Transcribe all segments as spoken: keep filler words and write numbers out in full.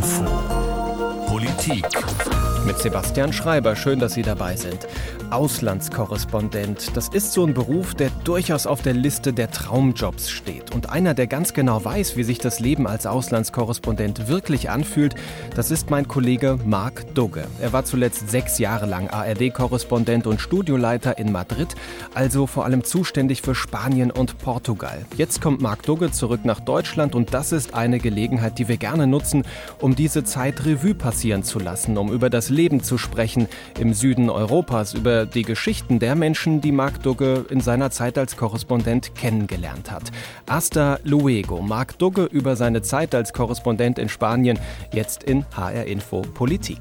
Info Politik mit Sebastian Schreiber. Schön, dass Sie dabei sind. Auslandskorrespondent, das ist so ein Beruf, der durchaus auf der Liste der Traumjobs steht. Und einer, der ganz genau weiß, wie sich das Leben als Auslandskorrespondent wirklich anfühlt, das ist mein Kollege Marc Dugge. Er war zuletzt sechs Jahre lang A R D-Korrespondent und Studioleiter in Madrid, also vor allem zuständig für Spanien und Portugal. Jetzt kommt Marc Dugge zurück nach Deutschland und das ist eine Gelegenheit, die wir gerne nutzen, um diese Zeit Revue passieren zu lassen, um über das Leben zu sprechen im Süden Europas, über die Geschichten der Menschen, die Marc Dugge in seiner Zeit als Korrespondent kennengelernt hat. Hasta luego, Marc Dugge über seine Zeit als Korrespondent in Spanien, jetzt in H R Info Politik.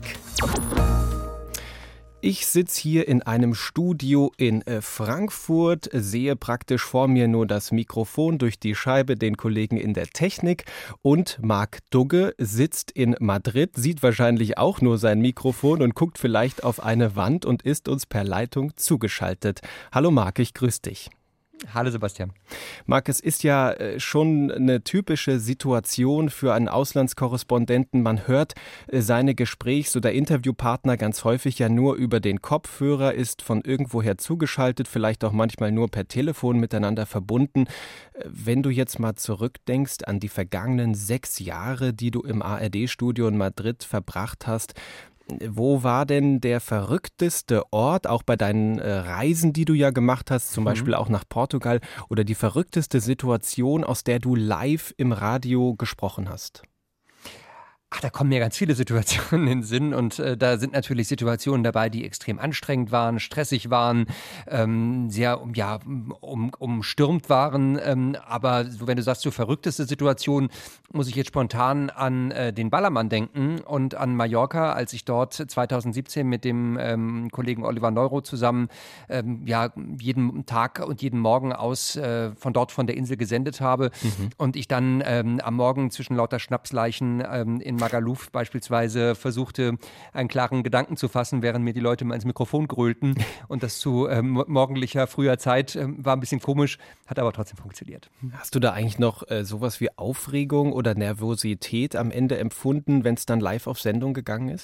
Ich sitze hier in einem Studio in Frankfurt, sehe praktisch vor mir nur das Mikrofon, durch die Scheibe den Kollegen in der Technik und Marc Dugge sitzt in Madrid, sieht wahrscheinlich auch nur sein Mikrofon und guckt vielleicht auf eine Wand und ist uns per Leitung zugeschaltet. Hallo Marc, ich grüße dich. Hallo Sebastian. Marc, es ist ja schon eine typische Situation für einen Auslandskorrespondenten. Man hört seine Gesprächs- oder Interviewpartner ganz häufig ja nur über den Kopfhörer, ist von irgendwoher zugeschaltet, vielleicht auch manchmal nur per Telefon miteinander verbunden. Wenn du jetzt mal zurückdenkst an die vergangenen sechs Jahre, die du im A R D-Studio in Madrid verbracht hast, wo war denn der verrückteste Ort, auch bei deinen äh, Reisen, die du ja gemacht hast, zum mhm. Beispiel auch nach Portugal, oder die verrückteste Situation, aus der du live im Radio gesprochen hast? Ach, da kommen mir ganz viele Situationen in den Sinn und äh, da sind natürlich Situationen dabei, die extrem anstrengend waren, stressig waren, ähm, sehr ja, um, umstürmt waren. Ähm, aber so, wenn du sagst, so verrückteste Situation, muss ich jetzt spontan an äh, den Ballermann denken und an Mallorca, als ich dort zwanzig siebzehn mit dem ähm, Kollegen Oliver Neuro zusammen ähm, ja, jeden Tag und jeden Morgen aus äh, von dort von der Insel gesendet habe mhm. und ich dann ähm, am Morgen zwischen lauter Schnapsleichen ähm, in Magaluf beispielsweise versuchte, einen klaren Gedanken zu fassen, während mir die Leute mal ins Mikrofon grölten. Und das zu ähm, morgendlicher, früher Zeit ähm, war ein bisschen komisch, hat aber trotzdem funktioniert. Hast du da eigentlich noch äh, sowas wie Aufregung oder Nervosität am Ende empfunden, wenn es dann live auf Sendung gegangen ist?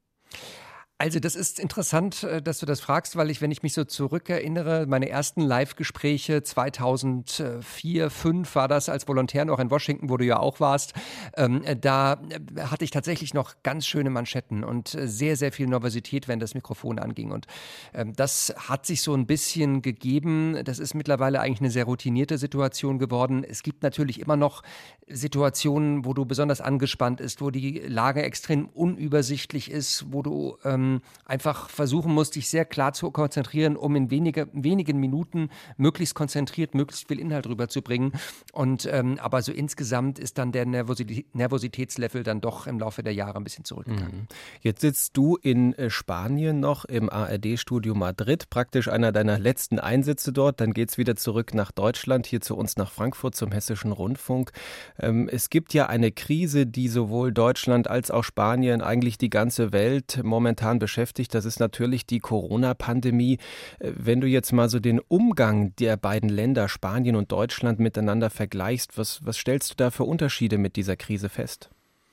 Also das ist interessant, dass du das fragst, weil ich, wenn ich mich so zurückerinnere, meine ersten Live-Gespräche zweitausendvier, zweitausendfünf war das als Volontär noch in Washington, wo du ja auch warst, ähm, da hatte ich tatsächlich noch ganz schöne Manschetten und sehr, sehr viel Nervosität, wenn das Mikrofon anging. Und ähm, das hat sich so ein bisschen gegeben. Das ist mittlerweile eigentlich eine sehr routinierte Situation geworden. Es gibt natürlich immer noch Situationen, wo du besonders angespannt bist, wo die Lage extrem unübersichtlich ist, wo du ähm, einfach versuchen musst, dich sehr klar zu konzentrieren, um in wenige, wenigen Minuten möglichst konzentriert, möglichst viel Inhalt rüberzubringen. Und ähm, aber so insgesamt ist dann der Nervosität, Nervositätslevel dann doch im Laufe der Jahre ein bisschen zurückgegangen. Jetzt sitzt du in Spanien noch im A R D-Studio Madrid, praktisch einer deiner letzten Einsätze dort. Dann geht es wieder zurück nach Deutschland, hier zu uns nach Frankfurt zum Hessischen Rundfunk. Ähm, es gibt ja eine Krise, die sowohl Deutschland als auch Spanien, eigentlich die ganze Welt momentan beschäftigt. Das ist natürlich die Corona-Pandemie. Wenn du jetzt mal so den Umgang der beiden Länder, Spanien und Deutschland, miteinander vergleichst, was, was stellst du da für Unterschiede mit dieser Krise fest?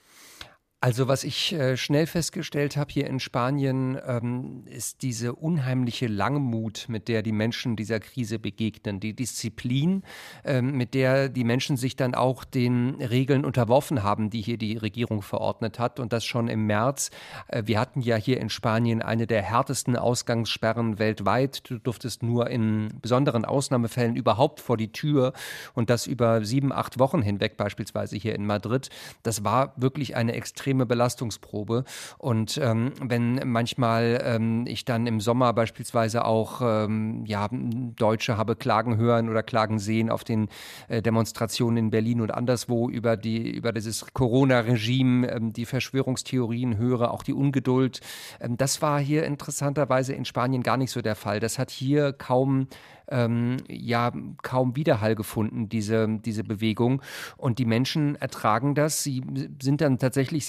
Also was ich äh, schnell festgestellt habe hier in Spanien, ähm, ist diese unheimliche Langmut, mit der die Menschen dieser Krise begegnen. Die Disziplin, ähm, mit der die Menschen sich dann auch den Regeln unterworfen haben, die hier die Regierung verordnet hat. Und das schon im März. Äh, wir hatten ja hier in Spanien eine der härtesten Ausgangssperren weltweit. Du durftest nur in besonderen Ausnahmefällen überhaupt vor die Tür. Und das über sieben, acht Wochen hinweg, beispielsweise hier in Madrid. Das war wirklich eine extrem extreme Belastungsprobe. Und ähm, wenn manchmal ähm, ich dann im Sommer beispielsweise auch ähm, ja, Deutsche habe klagen hören oder klagen sehen auf den äh, Demonstrationen in Berlin und anderswo über die über dieses Corona-Regime, ähm, die Verschwörungstheorien höre, auch die Ungeduld. Ähm, das war hier interessanterweise in Spanien gar nicht so der Fall. Das hat hier kaum Ähm, ja kaum Widerhall gefunden, diese, diese Bewegung. Und die Menschen ertragen das. Sie sind dann tatsächlich sehr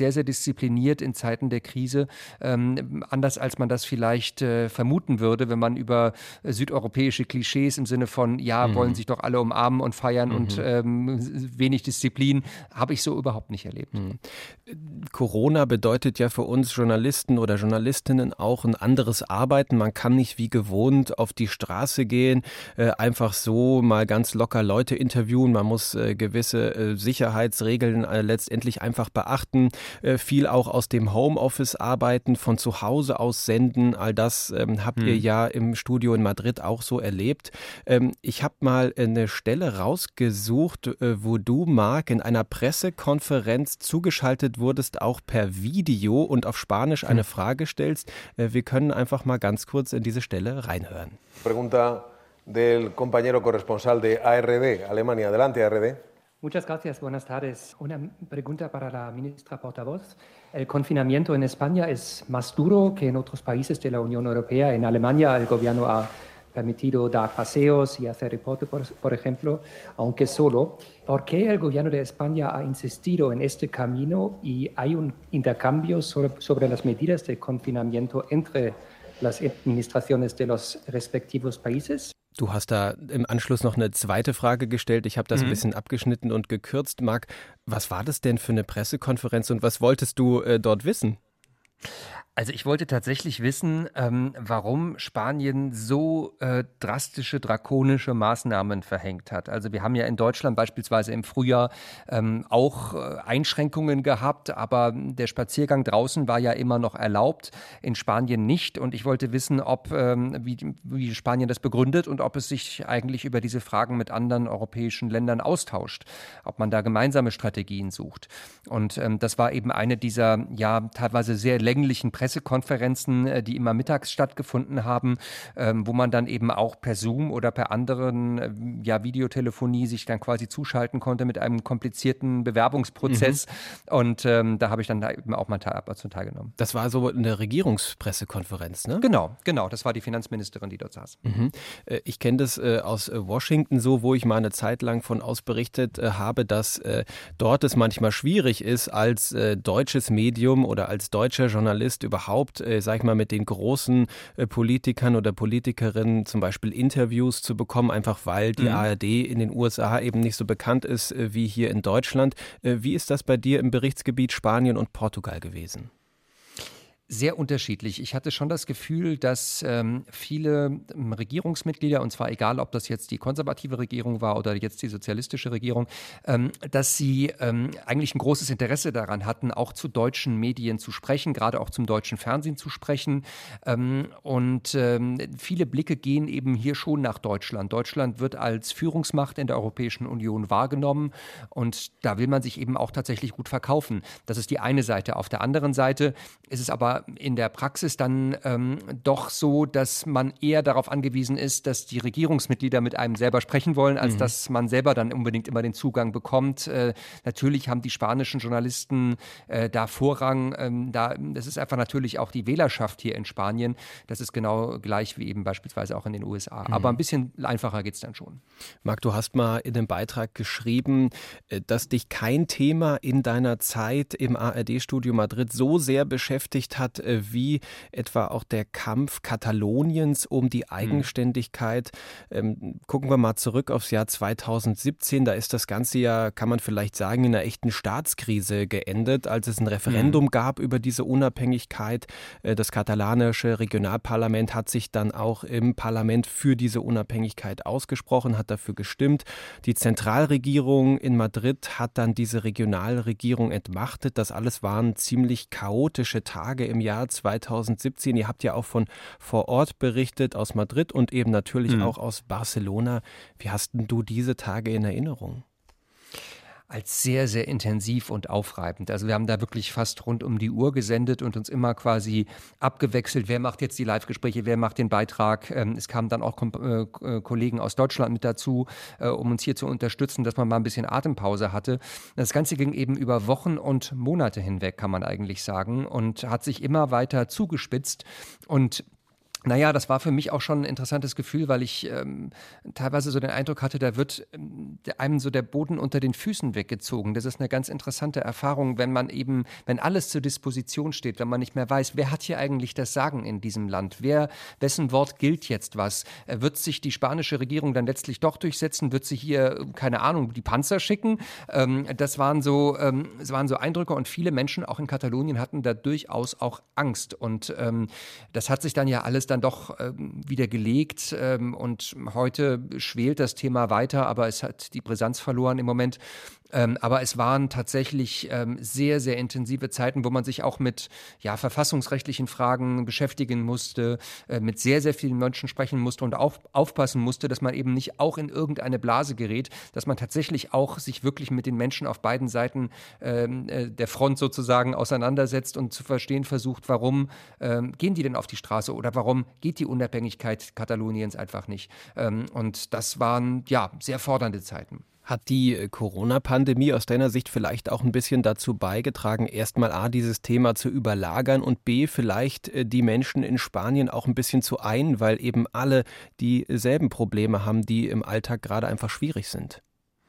sehr, sehr diszipliniert in Zeiten der Krise. Ähm, anders als man das vielleicht äh, vermuten würde, wenn man über äh, südeuropäische Klischees im Sinne von, ja, mhm. wollen sich doch alle umarmen und feiern mhm. und ähm, wenig Disziplin, habe ich so überhaupt nicht erlebt. Mhm. Corona bedeutet ja für uns Journalisten oder Journalistinnen auch ein anderes Arbeiten. Man kann nicht wie gewohnt auf die Straße gehen, äh, einfach so mal ganz locker Leute interviewen. Man muss äh, gewisse äh, Sicherheitsregeln äh, letztendlich einfach beachten. Äh, viel auch aus dem Homeoffice arbeiten, von zu Hause aus senden. All das ähm, habt hm. ihr ja im Studio in Madrid auch so erlebt. Ähm, ich habe mal eine Stelle rausgesucht, äh, wo du, Marc, in einer Pressekonferenz zugeschaltet wurdest, auch per Video und auf Spanisch eine Frage stellst. Äh, wir können einfach mal ganz kurz in diese Stelle reinhören. Pregunta del compañero corresponsal de A R D, Alemania. Adelante, A R D. Muchas gracias, buenas tardes. Una pregunta para la ministra portavoz. El confinamiento en España es más duro que en otros países de la Unión Europea. En Alemania el gobierno ha permitido dar paseos y hacer reporte, por, por ejemplo, aunque solo. ¿Por qué el gobierno de España ha insistido en este camino y hay un intercambio sobre, sobre las medidas de confinamiento entre las administraciones de los respectivos países? Du hast da im Anschluss noch eine zweite Frage gestellt. Ich habe das mhm. ein bisschen abgeschnitten und gekürzt. Marc, was war das denn für eine Pressekonferenz und was wolltest du äh, dort wissen? Also ich wollte tatsächlich wissen, ähm, warum Spanien so äh, drastische, drakonische Maßnahmen verhängt hat. Also wir haben ja in Deutschland beispielsweise im Frühjahr ähm, auch äh, Einschränkungen gehabt, aber der Spaziergang draußen war ja immer noch erlaubt, in Spanien nicht. Und ich wollte wissen, ob ähm, wie, wie Spanien das begründet und ob es sich eigentlich über diese Fragen mit anderen europäischen Ländern austauscht, ob man da gemeinsame Strategien sucht. Und ähm, das war eben eine dieser ja teilweise sehr länglichen Pressekonferenzen, Pressekonferenzen, die immer mittags stattgefunden haben, ähm, wo man dann eben auch per Zoom oder per anderen äh, ja, Videotelefonie sich dann quasi zuschalten konnte mit einem komplizierten Bewerbungsprozess. Mhm. Und ähm, da habe ich dann da eben auch mal teil, dazu teilgenommen. Das war so eine Regierungspressekonferenz, ne? Genau, genau. Das war die Finanzministerin, die dort saß. Mhm. Ich kenne das äh, aus Washington so, wo ich mal eine Zeit lang von aus berichtet äh, habe, dass äh, dort es manchmal schwierig ist, als äh, deutsches Medium oder als deutscher Journalist überhaupt überhaupt, äh, sag ich mal, mit den großen äh, Politikern oder Politikerinnen zum Beispiel Interviews zu bekommen, einfach weil die mhm. A R D in den U S A eben nicht so bekannt ist äh, wie hier in Deutschland. Äh, wie ist das bei dir im Berichtsgebiet Spanien und Portugal gewesen? Sehr unterschiedlich. Ich hatte schon das Gefühl, dass ähm, viele ähm, Regierungsmitglieder, und zwar egal, ob das jetzt die konservative Regierung war oder jetzt die sozialistische Regierung, ähm, dass sie ähm, eigentlich ein großes Interesse daran hatten, auch zu deutschen Medien zu sprechen, gerade auch zum deutschen Fernsehen zu sprechen. Ähm, und ähm, viele Blicke gehen eben hier schon nach Deutschland. Deutschland wird als Führungsmacht in der Europäischen Union wahrgenommen und da will man sich eben auch tatsächlich gut verkaufen. Das ist die eine Seite. Auf der anderen Seite ist es aber in der Praxis dann ähm, doch so, dass man eher darauf angewiesen ist, dass die Regierungsmitglieder mit einem selber sprechen wollen, als mhm. dass man selber dann unbedingt immer den Zugang bekommt. Äh, natürlich haben die spanischen Journalisten äh, da Vorrang. Ähm, da, das ist einfach natürlich auch die Wählerschaft hier in Spanien. Das ist genau gleich wie eben beispielsweise auch in den U S A. Mhm. Aber ein bisschen einfacher geht es dann schon. Marc, du hast mal in dem Beitrag geschrieben, dass dich kein Thema in deiner Zeit im A R D-Studio Madrid so sehr beschäftigt hat, wie etwa auch der Kampf Kataloniens um die Eigenständigkeit. Ähm, gucken wir mal zurück aufs Jahr zweitausendsiebzehn. Da ist das Ganze ja, kann man vielleicht sagen, in einer echten Staatskrise geendet, als es ein Referendum mhm. gab über diese Unabhängigkeit. Das katalanische Regionalparlament hat sich dann auch im Parlament für diese Unabhängigkeit ausgesprochen, hat dafür gestimmt. Die Zentralregierung in Madrid hat dann diese Regionalregierung entmachtet. Das alles waren ziemlich chaotische Tage im Jahr zweitausendsiebzehn. Ihr habt ja auch von vor Ort berichtet, aus Madrid und eben natürlich mhm. auch aus Barcelona. Wie hast denn du diese Tage in Erinnerung? Als sehr, sehr intensiv und aufreibend. Also wir haben da wirklich fast rund um die Uhr gesendet und uns immer quasi abgewechselt, wer macht jetzt die Live-Gespräche, wer macht den Beitrag. Es kamen dann auch äh, Kollegen aus Deutschland mit dazu, äh, um uns hier zu unterstützen, dass man mal ein bisschen Atempause hatte. Das Ganze ging eben über Wochen und Monate hinweg, kann man eigentlich sagen, und hat sich immer weiter zugespitzt. Und Naja, das war für mich auch schon ein interessantes Gefühl, weil ich ähm, teilweise so den Eindruck hatte, da wird ähm, einem so der Boden unter den Füßen weggezogen. Das ist eine ganz interessante Erfahrung, wenn man eben, wenn alles zur Disposition steht, wenn man nicht mehr weiß, wer hat hier eigentlich das Sagen in diesem Land? Wer, wessen Wort gilt jetzt was? Äh, wird sich die spanische Regierung dann letztlich doch durchsetzen? Wird sie hier, keine Ahnung, die Panzer schicken? Ähm, das waren so, ähm, das waren so Eindrücke und viele Menschen, auch in Katalonien, hatten da durchaus auch Angst. Und ähm, das hat sich dann ja alles dann doch ähm, wieder gelegt ähm, und heute schwelt das Thema weiter, aber es hat die Brisanz verloren im Moment. Ähm, aber es waren tatsächlich ähm, sehr, sehr intensive Zeiten, wo man sich auch mit ja, verfassungsrechtlichen Fragen beschäftigen musste, äh, mit sehr, sehr vielen Menschen sprechen musste und auf, aufpassen musste, dass man eben nicht auch in irgendeine Blase gerät, dass man tatsächlich auch sich wirklich mit den Menschen auf beiden Seiten ähm, äh, der Front sozusagen auseinandersetzt und zu verstehen versucht, warum ähm, gehen die denn auf die Straße oder warum geht die Unabhängigkeit Kataloniens einfach nicht. Ähm, und das waren ja sehr fordernde Zeiten. Hat die Corona-Pandemie aus deiner Sicht vielleicht auch ein bisschen dazu beigetragen, erstmal A, dieses Thema zu überlagern und B, vielleicht die Menschen in Spanien auch ein bisschen zu ein, weil eben alle dieselben Probleme haben, die im Alltag gerade einfach schwierig sind?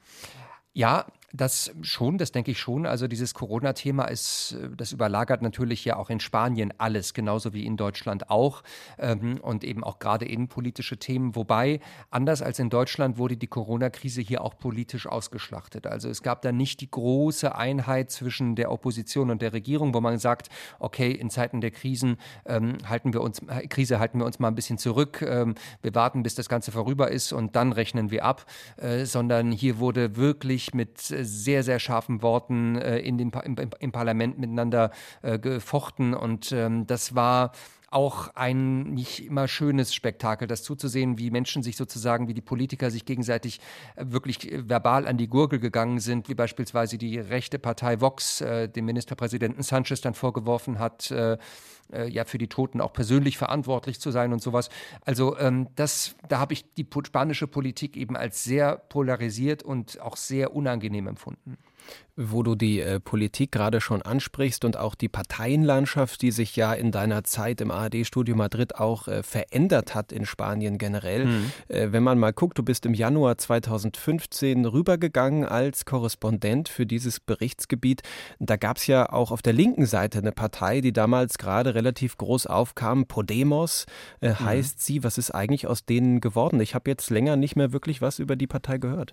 Ja, das schon, das denke ich schon. Also dieses Corona-Thema ist, das überlagert natürlich ja auch in Spanien alles, genauso wie in Deutschland auch ähm, und eben auch gerade innenpolitische Themen. Wobei, anders als in Deutschland wurde die Corona-Krise hier auch politisch ausgeschlachtet. Also es gab da nicht die große Einheit zwischen der Opposition und der Regierung, wo man sagt, okay, in Zeiten der Krisen ähm, halten wir uns, Krise halten wir uns mal ein bisschen zurück, ähm, wir warten, bis das Ganze vorüber ist und dann rechnen wir ab, äh, sondern hier wurde wirklich mit sehr, sehr scharfen Worten äh, in den pa- im, im Parlament miteinander äh, gefochten und ähm, das war auch ein nicht immer schönes Spektakel, das zuzusehen, wie Menschen sich sozusagen, wie die Politiker sich gegenseitig äh, wirklich äh, verbal an die Gurgel gegangen sind, wie beispielsweise die rechte Partei Vox äh, dem Ministerpräsidenten Sanchez dann vorgeworfen hat, äh, äh, ja für die Toten auch persönlich verantwortlich zu sein und sowas. Also ähm, das, da habe ich die po- spanische Politik eben als sehr polarisiert und auch sehr unangenehm empfunden. Wo du die äh, Politik gerade schon ansprichst und auch die Parteienlandschaft, die sich ja in deiner Zeit im A R D-Studio Madrid auch äh, verändert hat in Spanien generell. Mhm. Äh, wenn man mal guckt, du bist im Januar zweitausendfünfzehn rübergegangen als Korrespondent für dieses Berichtsgebiet. Da gab es ja auch auf der linken Seite eine Partei, die damals gerade relativ groß aufkam. Podemos äh, mhm. heißt sie. Was ist eigentlich aus denen geworden? Ich habe jetzt länger nicht mehr wirklich was über die Partei gehört.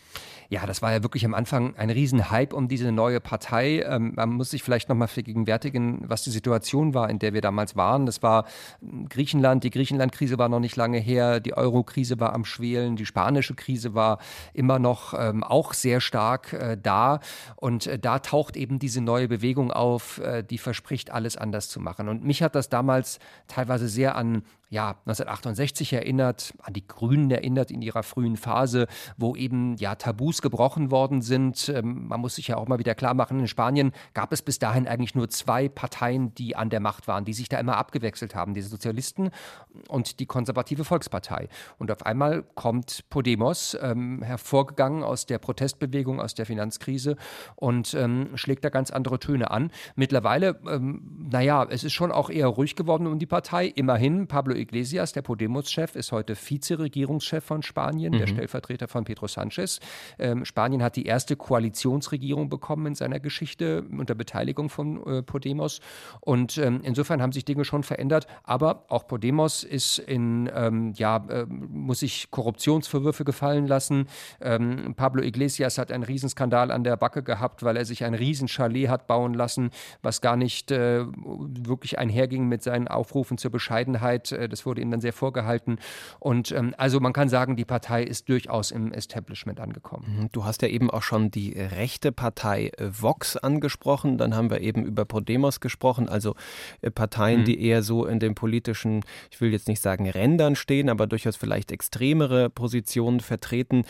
Ja, das war ja wirklich am Anfang ein Riesenhype um diese neue Partei. Ähm, man muss sich vielleicht nochmal vergegenwärtigen, was die Situation war, in der wir damals waren. Das war Griechenland, die Griechenland-Krise war noch nicht lange her, die Euro-Krise war am Schwelen, die spanische Krise war immer noch ähm, auch sehr stark äh, da. Und äh, da taucht eben diese neue Bewegung auf, äh, die verspricht, alles anders zu machen. Und mich hat das damals teilweise sehr an ja, neunzehnhundertachtundsechzig erinnert, an die Grünen erinnert in ihrer frühen Phase, wo eben ja Tabus gebrochen worden sind. Ähm, man muss sich ja auch mal wieder klar machen, in Spanien gab es bis dahin eigentlich nur zwei Parteien, die an der Macht waren, die sich da immer abgewechselt haben, die Sozialisten und die konservative Volkspartei. Und auf einmal kommt Podemos, ähm, hervorgegangen aus der Protestbewegung, aus der Finanzkrise und ähm, schlägt da ganz andere Töne an. Mittlerweile, ähm, naja, es ist schon auch eher ruhig geworden um die Partei. Immerhin, Pablo Iglesias, der Podemos-Chef, ist heute Vizeregierungschef von Spanien, mhm. der Stellvertreter von Pedro Sánchez. Ähm, Spanien hat die erste Koalitionsregierung bekommen in seiner Geschichte unter Beteiligung von äh, Podemos. Und ähm, insofern haben sich Dinge schon verändert. Aber auch Podemos ist in, ähm, ja, äh, muss sich Korruptionsvorwürfe gefallen lassen. Ähm, Pablo Iglesias hat einen Riesenskandal an der Backe gehabt, weil er sich ein Riesenchalet hat bauen lassen, was gar nicht äh, wirklich einherging mit seinen Aufrufen zur Bescheidenheit. Das wurde ihm dann sehr vorgehalten. Und ähm, also man kann sagen, die Partei ist durchaus im Establishment angekommen. Du hast ja eben auch schon die rechte Partei Vox angesprochen. Dann haben wir eben über Podemos gesprochen, also äh, Parteien, mhm. die eher so in den politischen, ich will jetzt nicht sagen Rändern stehen, aber durchaus vielleicht extremere Positionen vertreten.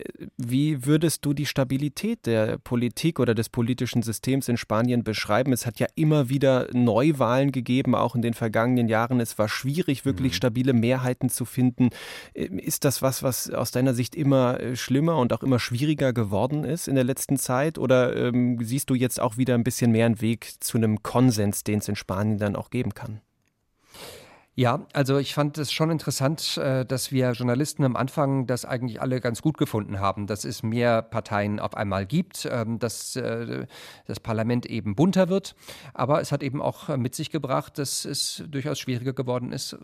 Wie würdest du die Stabilität der Politik oder des politischen Systems in Spanien beschreiben? Es hat ja immer wieder Neuwahlen gegeben, auch in den vergangenen Jahren. Es war schwierig, wirklich mhm. stabile Mehrheiten zu finden. Ist das was, was aus deiner Sicht immer schlimmer und auch immer schwieriger geworden ist in der letzten Zeit? Oder ähm, siehst du jetzt auch wieder ein bisschen mehr einen Weg zu einem Konsens, den es in Spanien dann auch geben kann? Ja, also ich fand es schon interessant, dass wir Journalisten am Anfang das eigentlich alle ganz gut gefunden haben, dass es mehr Parteien auf einmal gibt, dass das Parlament eben bunter wird. Aber es hat eben auch mit sich gebracht, dass es durchaus schwieriger geworden ist,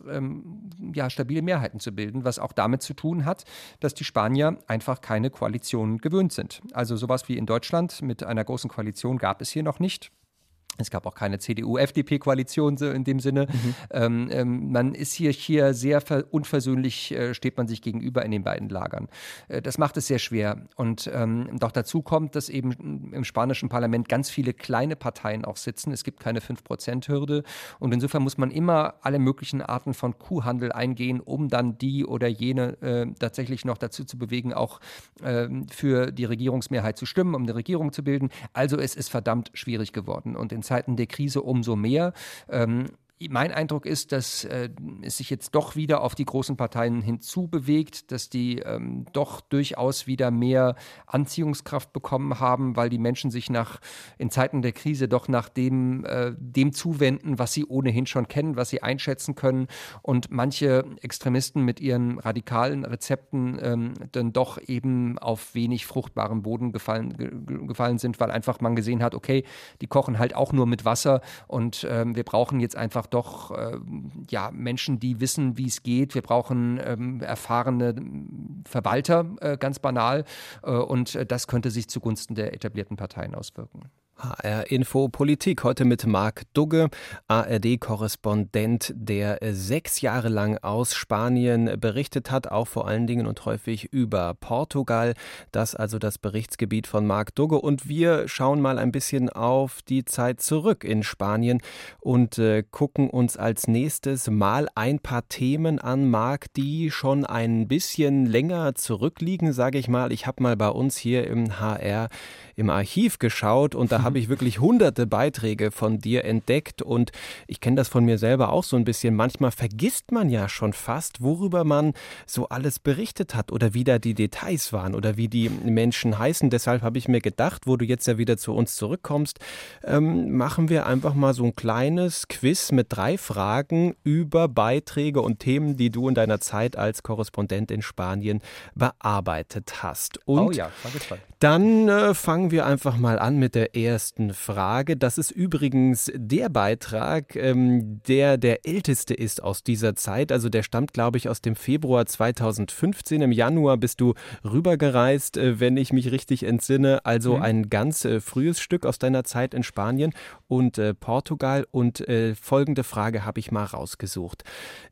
ja, stabile Mehrheiten zu bilden, was auch damit zu tun hat, dass die Spanier einfach keine Koalition gewöhnt sind. Also sowas wie in Deutschland mit einer großen Koalition gab es hier noch nicht. Es gab auch keine C D U-F D P-Koalition in dem Sinne. Mhm. Ähm, ähm, man ist hier, hier sehr ver- unversöhnlich, äh, steht man sich gegenüber in den beiden Lagern. Äh, das macht es sehr schwer. Und ähm, doch dazu kommt, dass eben im spanischen Parlament ganz viele kleine Parteien auch sitzen. Es gibt keine fünf Prozent Hürde. Und insofern muss man immer alle möglichen Arten von Kuhhandel eingehen, um dann die oder jene äh, tatsächlich noch dazu zu bewegen, auch äh, für die Regierungsmehrheit zu stimmen, um eine Regierung zu bilden. Also es ist verdammt schwierig geworden. Und in Zeiten der Krise umso mehr. Ähm, Mein Eindruck ist, dass äh, es sich jetzt doch wieder auf die großen Parteien hinzubewegt, dass die ähm, doch durchaus wieder mehr Anziehungskraft bekommen haben, weil die Menschen sich nach in Zeiten der Krise doch nach dem, äh, dem zuwenden, was sie ohnehin schon kennen, was sie einschätzen können. Und manche Extremisten mit ihren radikalen Rezepten ähm, dann doch eben auf wenig fruchtbaren Boden gefallen, ge- gefallen sind, weil einfach man gesehen hat, okay, die kochen halt auch nur mit Wasser und ähm, wir brauchen jetzt einfach doch äh, ja, Menschen, die wissen, wie es geht. Wir brauchen ähm, erfahrene Verwalter, äh, ganz banal. Äh, und äh, das könnte sich zugunsten der etablierten Parteien auswirken. H R-Info Politik heute mit Marc Dugge, A R D-Korrespondent, der sechs Jahre lang aus Spanien berichtet hat, auch vor allen Dingen und häufig über Portugal. Das also das Berichtsgebiet von Marc Dugge. Und wir schauen mal ein bisschen auf die Zeit zurück in Spanien und äh, gucken uns als nächstes mal ein paar Themen an, Marc, die schon ein bisschen länger zurückliegen, sage ich mal. Ich habe mal bei uns hier im H R im Archiv geschaut und da habe ich wirklich hunderte Beiträge von dir entdeckt und ich kenne das von mir selber auch so ein bisschen. Manchmal vergisst man ja schon fast, worüber man so alles berichtet hat oder wie da die Details waren oder wie die Menschen heißen. Deshalb habe ich mir gedacht, wo du jetzt ja wieder zu uns zurückkommst, ähm, machen wir einfach mal so ein kleines Quiz mit drei Fragen über Beiträge und Themen, die du in deiner Zeit als Korrespondent in Spanien bearbeitet hast. Und oh ja, war gespannt. Dann äh, fangen wir einfach mal an mit der ersten Frage. Das ist übrigens der Beitrag, ähm, der der älteste ist aus dieser Zeit. Also der stammt, glaube ich, aus dem Februar zweitausendfünfzehn. Im Januar bist du rübergereist, äh, wenn ich mich richtig entsinne. Also mhm. ein ganz äh, frühes Stück aus deiner Zeit in Spanien und äh, Portugal. Und äh, folgende Frage habe ich mal rausgesucht.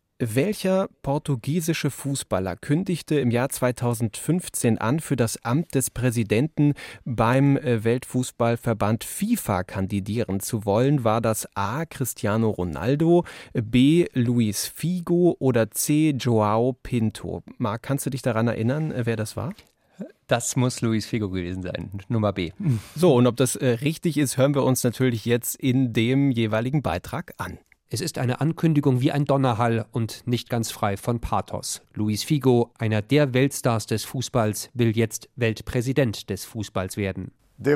Welcher portugiesische Fußballer kündigte im Jahr zweitausendfünfzehn an, für das Amt des Präsidenten beim Weltfußballverband FIFA kandidieren zu wollen? War das A. Cristiano Ronaldo, B. Luis Figo oder C. João Pinto? Marc, kannst du dich daran erinnern, wer das war? Das muss Luis Figo gewesen sein, Nummer B. So, und ob das äh, richtig ist, hören wir uns natürlich jetzt in dem jeweiligen Beitrag an. Es ist eine Ankündigung wie ein Donnerhall und nicht ganz frei von Pathos. Luis Figo, einer der Weltstars des Fußballs, will jetzt Weltpräsident des Fußballs werden.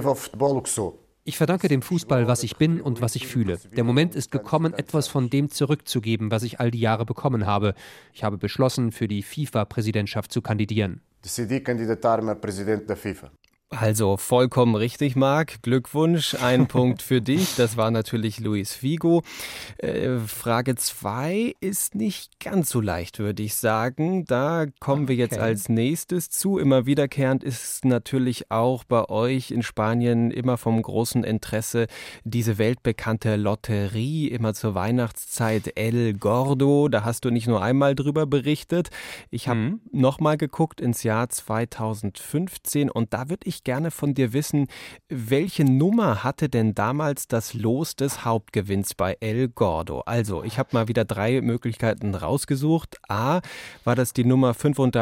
Ich verdanke dem Fußball, was ich bin und was ich fühle. Der Moment ist gekommen, etwas von dem zurückzugeben, was ich all die Jahre bekommen habe. Ich habe beschlossen, für die FIFA-Präsidentschaft zu kandidieren. Decidi candidatar-me a presidente da FIFA. Also vollkommen richtig, Marc. Glückwunsch, ein Punkt für dich. Das war natürlich Luis Figo. Äh, Frage zwei ist nicht ganz so leicht, würde ich sagen. Da kommen wir jetzt okay. als nächstes zu. Immer wiederkehrend ist natürlich auch bei euch in Spanien immer vom großen Interesse diese weltbekannte Lotterie, immer zur Weihnachtszeit El Gordo. Da hast du nicht nur einmal drüber berichtet. Ich habe mhm. nochmal geguckt ins Jahr zweitausendfünfzehn und da würde ich gerne von dir wissen, welche Nummer hatte denn damals das Los des Hauptgewinns bei El Gordo? Also, ich habe mal wieder drei Möglichkeiten rausgesucht. A, war das die Nummer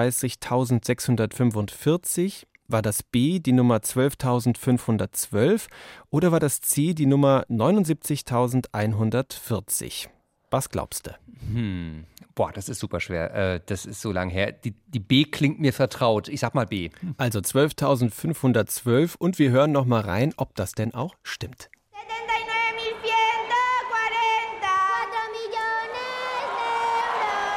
fünfunddreißigtausendsechshundertfünfundvierzig? War das B die Nummer zwölftausendfünfhundertzwölf? Oder war das C die Nummer neunundsiebzigtausendeinhundertvierzig? Was glaubst du? Hm. Boah, das ist super schwer. Äh, das ist so lang her. Die, die B klingt mir vertraut. Ich sag mal B. Also zwölftausendfünfhundertzwölf und wir hören noch mal rein, ob das denn auch stimmt.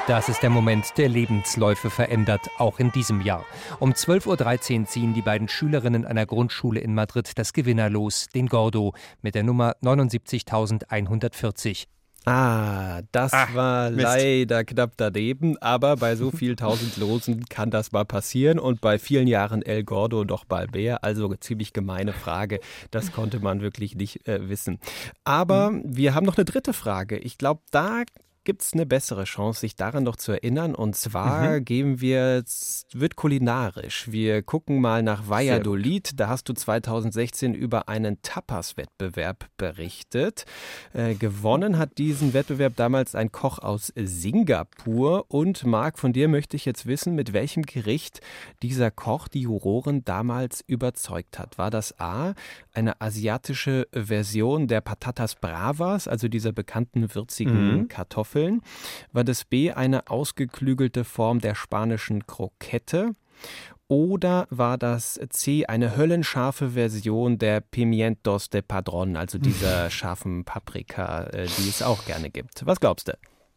Das ist der Moment, der Lebensläufe verändert, auch in diesem Jahr. Um zwölf Uhr dreizehn ziehen die beiden Schülerinnen einer Grundschule in Madrid das Gewinnerlos, den Gordo, mit der Nummer neunundsiebzigtausendeinhundertvierzig. Ah, das Ach, war Mist. leider knapp daneben, aber bei so viel tausend Losen kann das mal passieren und bei vielen Jahren El Gordo noch mal mehr, also eine ziemlich gemeine Frage, das konnte man wirklich nicht äh, wissen. Aber mhm. wir haben noch eine dritte Frage, ich glaube, da gibt es eine bessere Chance, sich daran noch zu erinnern. Und zwar mhm. gehen wir, es wird kulinarisch. Wir gucken mal nach Valladolid. Da hast du zweitausendsechzehn über einen Tapas-Wettbewerb berichtet. Äh, gewonnen hat diesen Wettbewerb damals ein Koch aus Singapur. Und Marc, von dir möchte ich jetzt wissen, mit welchem Gericht dieser Koch die Juroren damals überzeugt hat. War das A, eine asiatische Version der Patatas Bravas, also dieser bekannten würzigen mhm. Kartoffeln? War das B, eine ausgeklügelte Form der spanischen Krokette? Oder war das C, eine höllenscharfe Version der Pimientos de Padrón, also dieser scharfen Paprika, die es auch gerne gibt? Was glaubst du?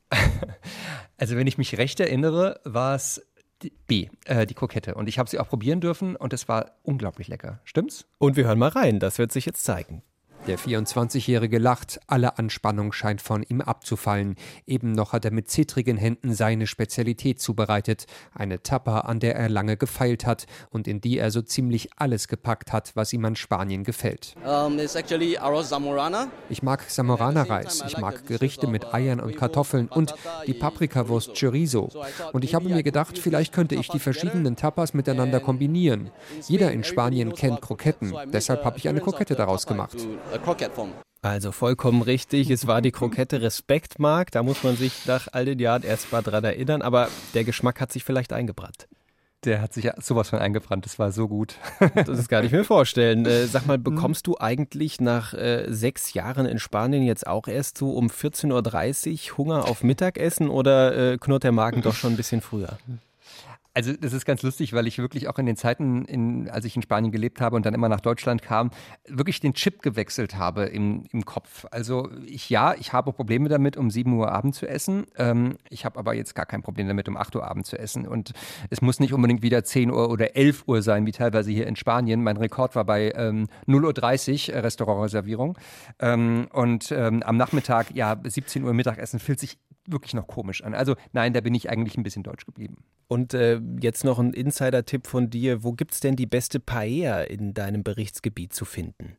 Also wenn ich mich recht erinnere, war es B, äh, die Krokette. Und ich habe sie auch probieren dürfen und es war unglaublich lecker. Stimmt's? Und wir hören mal rein, das wird sich jetzt zeigen. Der vierundzwanzigjährige lacht, alle Anspannung scheint von ihm abzufallen. Eben noch hat er mit zittrigen Händen seine Spezialität zubereitet, eine Tapa, an der er lange gefeilt hat und in die er so ziemlich alles gepackt hat, was ihm an Spanien gefällt. Um, it's actually arroz zamorana. Ich mag Zamorana-Reis, ich mag Gerichte mit Eiern und Kartoffeln und die Paprikawurst Chorizo. Und ich habe mir gedacht, vielleicht könnte ich die verschiedenen Tapas miteinander kombinieren. Jeder in Spanien kennt Kroketten, deshalb habe ich eine Krokette daraus gemacht. Also vollkommen richtig, es war die Krokette. Respekt, Marc, da muss man sich nach all den Jahren erst mal dran erinnern, aber der Geschmack hat sich vielleicht eingebrannt. Der hat sich ja sowas von eingebrannt, das war so gut. Das kann ich mir vorstellen. Äh, sag mal, bekommst du eigentlich nach äh, sechs Jahren in Spanien jetzt auch erst so um vierzehn Uhr dreißig Hunger auf Mittagessen oder äh, knurrt der Magen doch schon ein bisschen früher? Also das ist ganz lustig, weil ich wirklich auch in den Zeiten, in, als ich in Spanien gelebt habe und dann immer nach Deutschland kam, wirklich den Chip gewechselt habe im, im Kopf. Also ich, ja, ich habe Probleme damit, um sieben Uhr abends zu essen. Ähm, ich habe aber jetzt gar kein Problem damit, um acht Uhr abends zu essen. Und es muss nicht unbedingt wieder zehn Uhr oder elf Uhr sein, wie teilweise hier in Spanien. Mein Rekord war bei ähm, null Uhr dreißig äh, Restaurantreservierung. Ähm, und ähm, am Nachmittag, ja, siebzehn Uhr Mittagessen fühlt sich wirklich noch komisch an. Also nein, da bin ich eigentlich ein bisschen deutsch geblieben. Und äh, jetzt noch ein Insider-Tipp von dir. Wo gibt es denn die beste Paella in deinem Berichtsgebiet zu finden?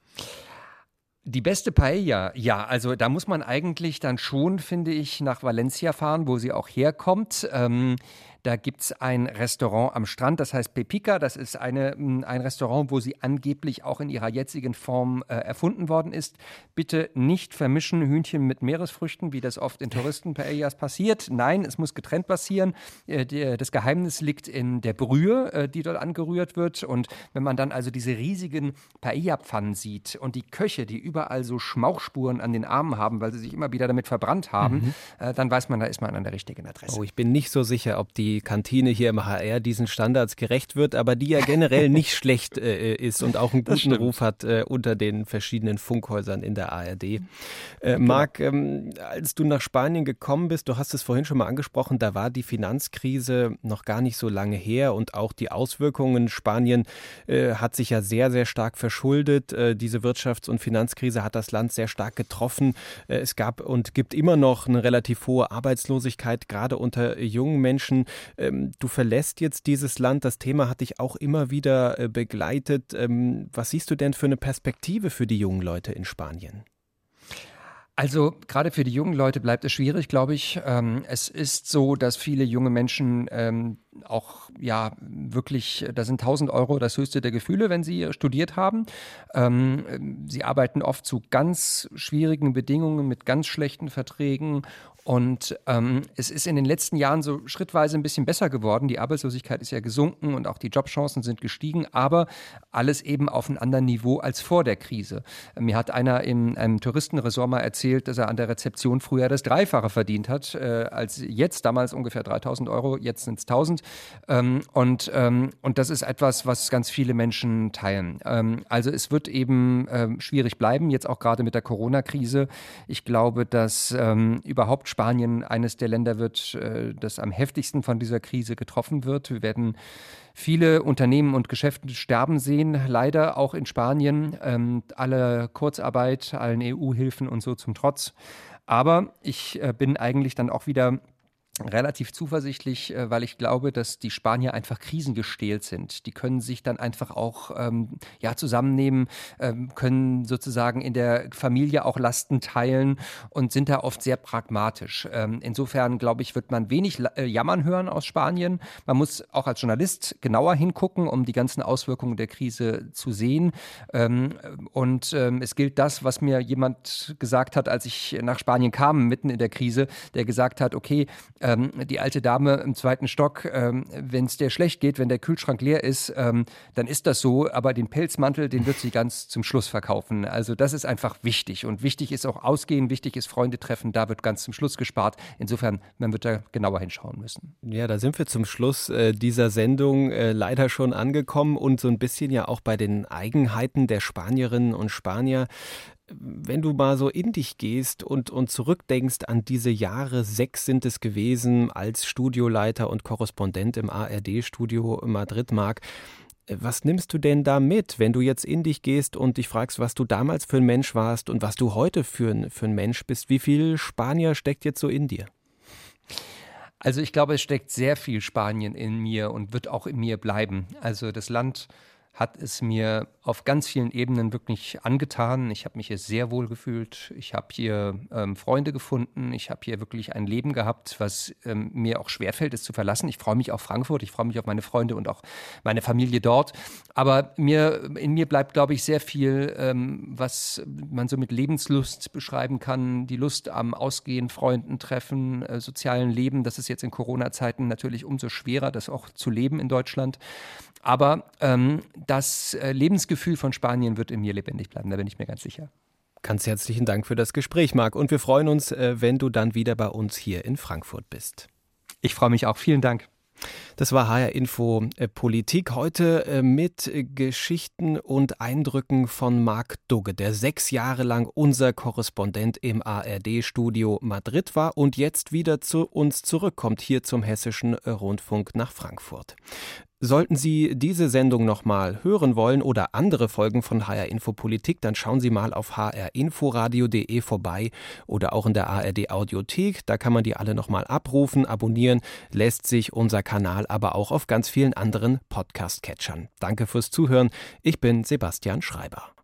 Die beste Paella, ja, also da muss man eigentlich dann schon, finde ich, nach Valencia fahren, wo sie auch herkommt. Ähm, da gibt es ein Restaurant am Strand, das heißt Pepica. Das ist eine, ein Restaurant, wo sie angeblich auch in ihrer jetzigen Form äh, erfunden worden ist. Bitte nicht vermischen Hühnchen mit Meeresfrüchten, wie das oft in Touristen-Paellas passiert. Nein, es muss getrennt passieren. Äh, die, das Geheimnis liegt in der Brühe, äh, die dort angerührt wird. Und wenn man dann also diese riesigen Paella-Pfannen sieht und die Köche, die überall so Schmauchspuren an den Armen haben, weil sie sich immer wieder damit verbrannt haben, mhm. äh, dann weiß man, da ist man an der richtigen Adresse. Oh, ich bin nicht so sicher, ob die Kantine hier im H R diesen Standards gerecht wird, aber die ja generell nicht schlecht äh, ist und auch einen guten Ruf hat äh, unter den verschiedenen Funkhäusern in der A R D. Äh, Marc, ähm, als du nach Spanien gekommen bist, du hast es vorhin schon mal angesprochen, da war die Finanzkrise noch gar nicht so lange her und auch die Auswirkungen. Spanien äh, hat sich ja sehr, sehr stark verschuldet. Äh, diese Wirtschafts- und Finanzkrise hat das Land sehr stark getroffen. Äh, es gab und gibt immer noch eine relativ hohe Arbeitslosigkeit, gerade unter jungen Menschen. Du verlässt jetzt dieses Land, das Thema hat dich auch immer wieder begleitet. Was siehst du denn für eine Perspektive für die jungen Leute in Spanien? Also gerade für die jungen Leute bleibt es schwierig, glaube ich. Es ist so, dass viele junge Menschen auch ja wirklich, da sind tausend Euro das höchste der Gefühle, wenn sie studiert haben. Sie arbeiten oft zu ganz schwierigen Bedingungen mit ganz schlechten Verträgen. Und ähm, es ist in den letzten Jahren so schrittweise ein bisschen besser geworden. Die Arbeitslosigkeit ist ja gesunken und auch die Jobchancen sind gestiegen, aber alles eben auf einem anderen Niveau als vor der Krise. Mir hat einer in einem Touristenresort mal erzählt, dass er an der Rezeption früher das Dreifache verdient hat, äh, als jetzt, damals ungefähr dreitausend Euro, jetzt sind es tausend. Ähm, und, ähm, und das ist etwas, was ganz viele Menschen teilen. Ähm, also es wird eben ähm, schwierig bleiben, jetzt auch gerade mit der Corona-Krise. Ich glaube, dass ähm, überhaupt Spanien eines der Länder wird, äh, das am heftigsten von dieser Krise getroffen wird. Wir werden viele Unternehmen und Geschäfte sterben sehen, leider auch in Spanien. Ähm, alle Kurzarbeit, allen E U-Hilfen und so zum Trotz. Aber ich äh, bin eigentlich dann auch wieder relativ zuversichtlich, weil ich glaube, dass die Spanier einfach krisengestählt sind. Die können sich dann einfach auch ähm, ja, zusammennehmen, ähm, können sozusagen in der Familie auch Lasten teilen und sind da oft sehr pragmatisch. Ähm, insofern, glaube ich, wird man wenig äh, Jammern hören aus Spanien. Man muss auch als Journalist genauer hingucken, um die ganzen Auswirkungen der Krise zu sehen. Ähm, und ähm, es gilt das, was mir jemand gesagt hat, als ich nach Spanien kam, mitten in der Krise, der gesagt hat, okay, Ähm, die alte Dame im zweiten Stock, ähm, wenn es der schlecht geht, wenn der Kühlschrank leer ist, ähm, dann ist das so, aber den Pelzmantel, den wird sie ganz zum Schluss verkaufen. Also das ist einfach wichtig und wichtig ist auch Ausgehen, wichtig ist Freunde treffen, da wird ganz zum Schluss gespart. Insofern, man wird da genauer hinschauen müssen. Ja, da sind wir zum Schluss äh, dieser Sendung äh, leider schon angekommen und so ein bisschen ja auch bei den Eigenheiten der Spanierinnen und Spanier. Wenn du mal so in dich gehst und, und zurückdenkst an diese Jahre, sechs sind es gewesen, als Studioleiter und Korrespondent im A R D-Studio Madrid, Marc, was nimmst du denn da mit, wenn du jetzt in dich gehst und dich fragst, was du damals für ein Mensch warst und was du heute für ein, für ein Mensch bist? Wie viel Spanier steckt jetzt so in dir? Also ich glaube, es steckt sehr viel Spanien in mir und wird auch in mir bleiben. Also das Land hat es mir auf ganz vielen Ebenen wirklich angetan. Ich habe mich hier sehr wohl gefühlt. Ich habe hier ähm, Freunde gefunden. Ich habe hier wirklich ein Leben gehabt, was ähm, mir auch schwerfällt, es zu verlassen. Ich freue mich auf Frankfurt, ich freue mich auf meine Freunde und auch meine Familie dort. Aber mir, in mir bleibt, glaube ich, sehr viel, ähm, was man so mit Lebenslust beschreiben kann. Die Lust am Ausgehen, Freunden treffen, äh, sozialen Leben. Das ist jetzt in Corona-Zeiten natürlich umso schwerer, das auch zu leben in Deutschland. Aber ähm, das äh, Lebensgefühl von Spanien wird in mir lebendig bleiben, da bin ich mir ganz sicher. Ganz herzlichen Dank für das Gespräch, Marc. Und wir freuen uns, äh, wenn du dann wieder bei uns hier in Frankfurt bist. Ich freue mich auch. Vielen Dank. Das war H R Info äh, Politik heute äh, mit äh, Geschichten und Eindrücken von Marc Dugge, der sechs Jahre lang unser Korrespondent im A R D-Studio Madrid war und jetzt wieder zu uns zurückkommt, hier zum Hessischen äh, Rundfunk nach Frankfurt. Sollten Sie diese Sendung nochmal hören wollen oder andere Folgen von H R Info Politik, dann schauen Sie mal auf h r inforadio punkt d e vorbei oder auch in der A R D Audiothek. Da kann man die alle nochmal abrufen, abonnieren, lässt sich unser Kanal aber auch auf ganz vielen anderen Podcast-Catchern. Danke fürs Zuhören. Ich bin Sebastian Schreiber.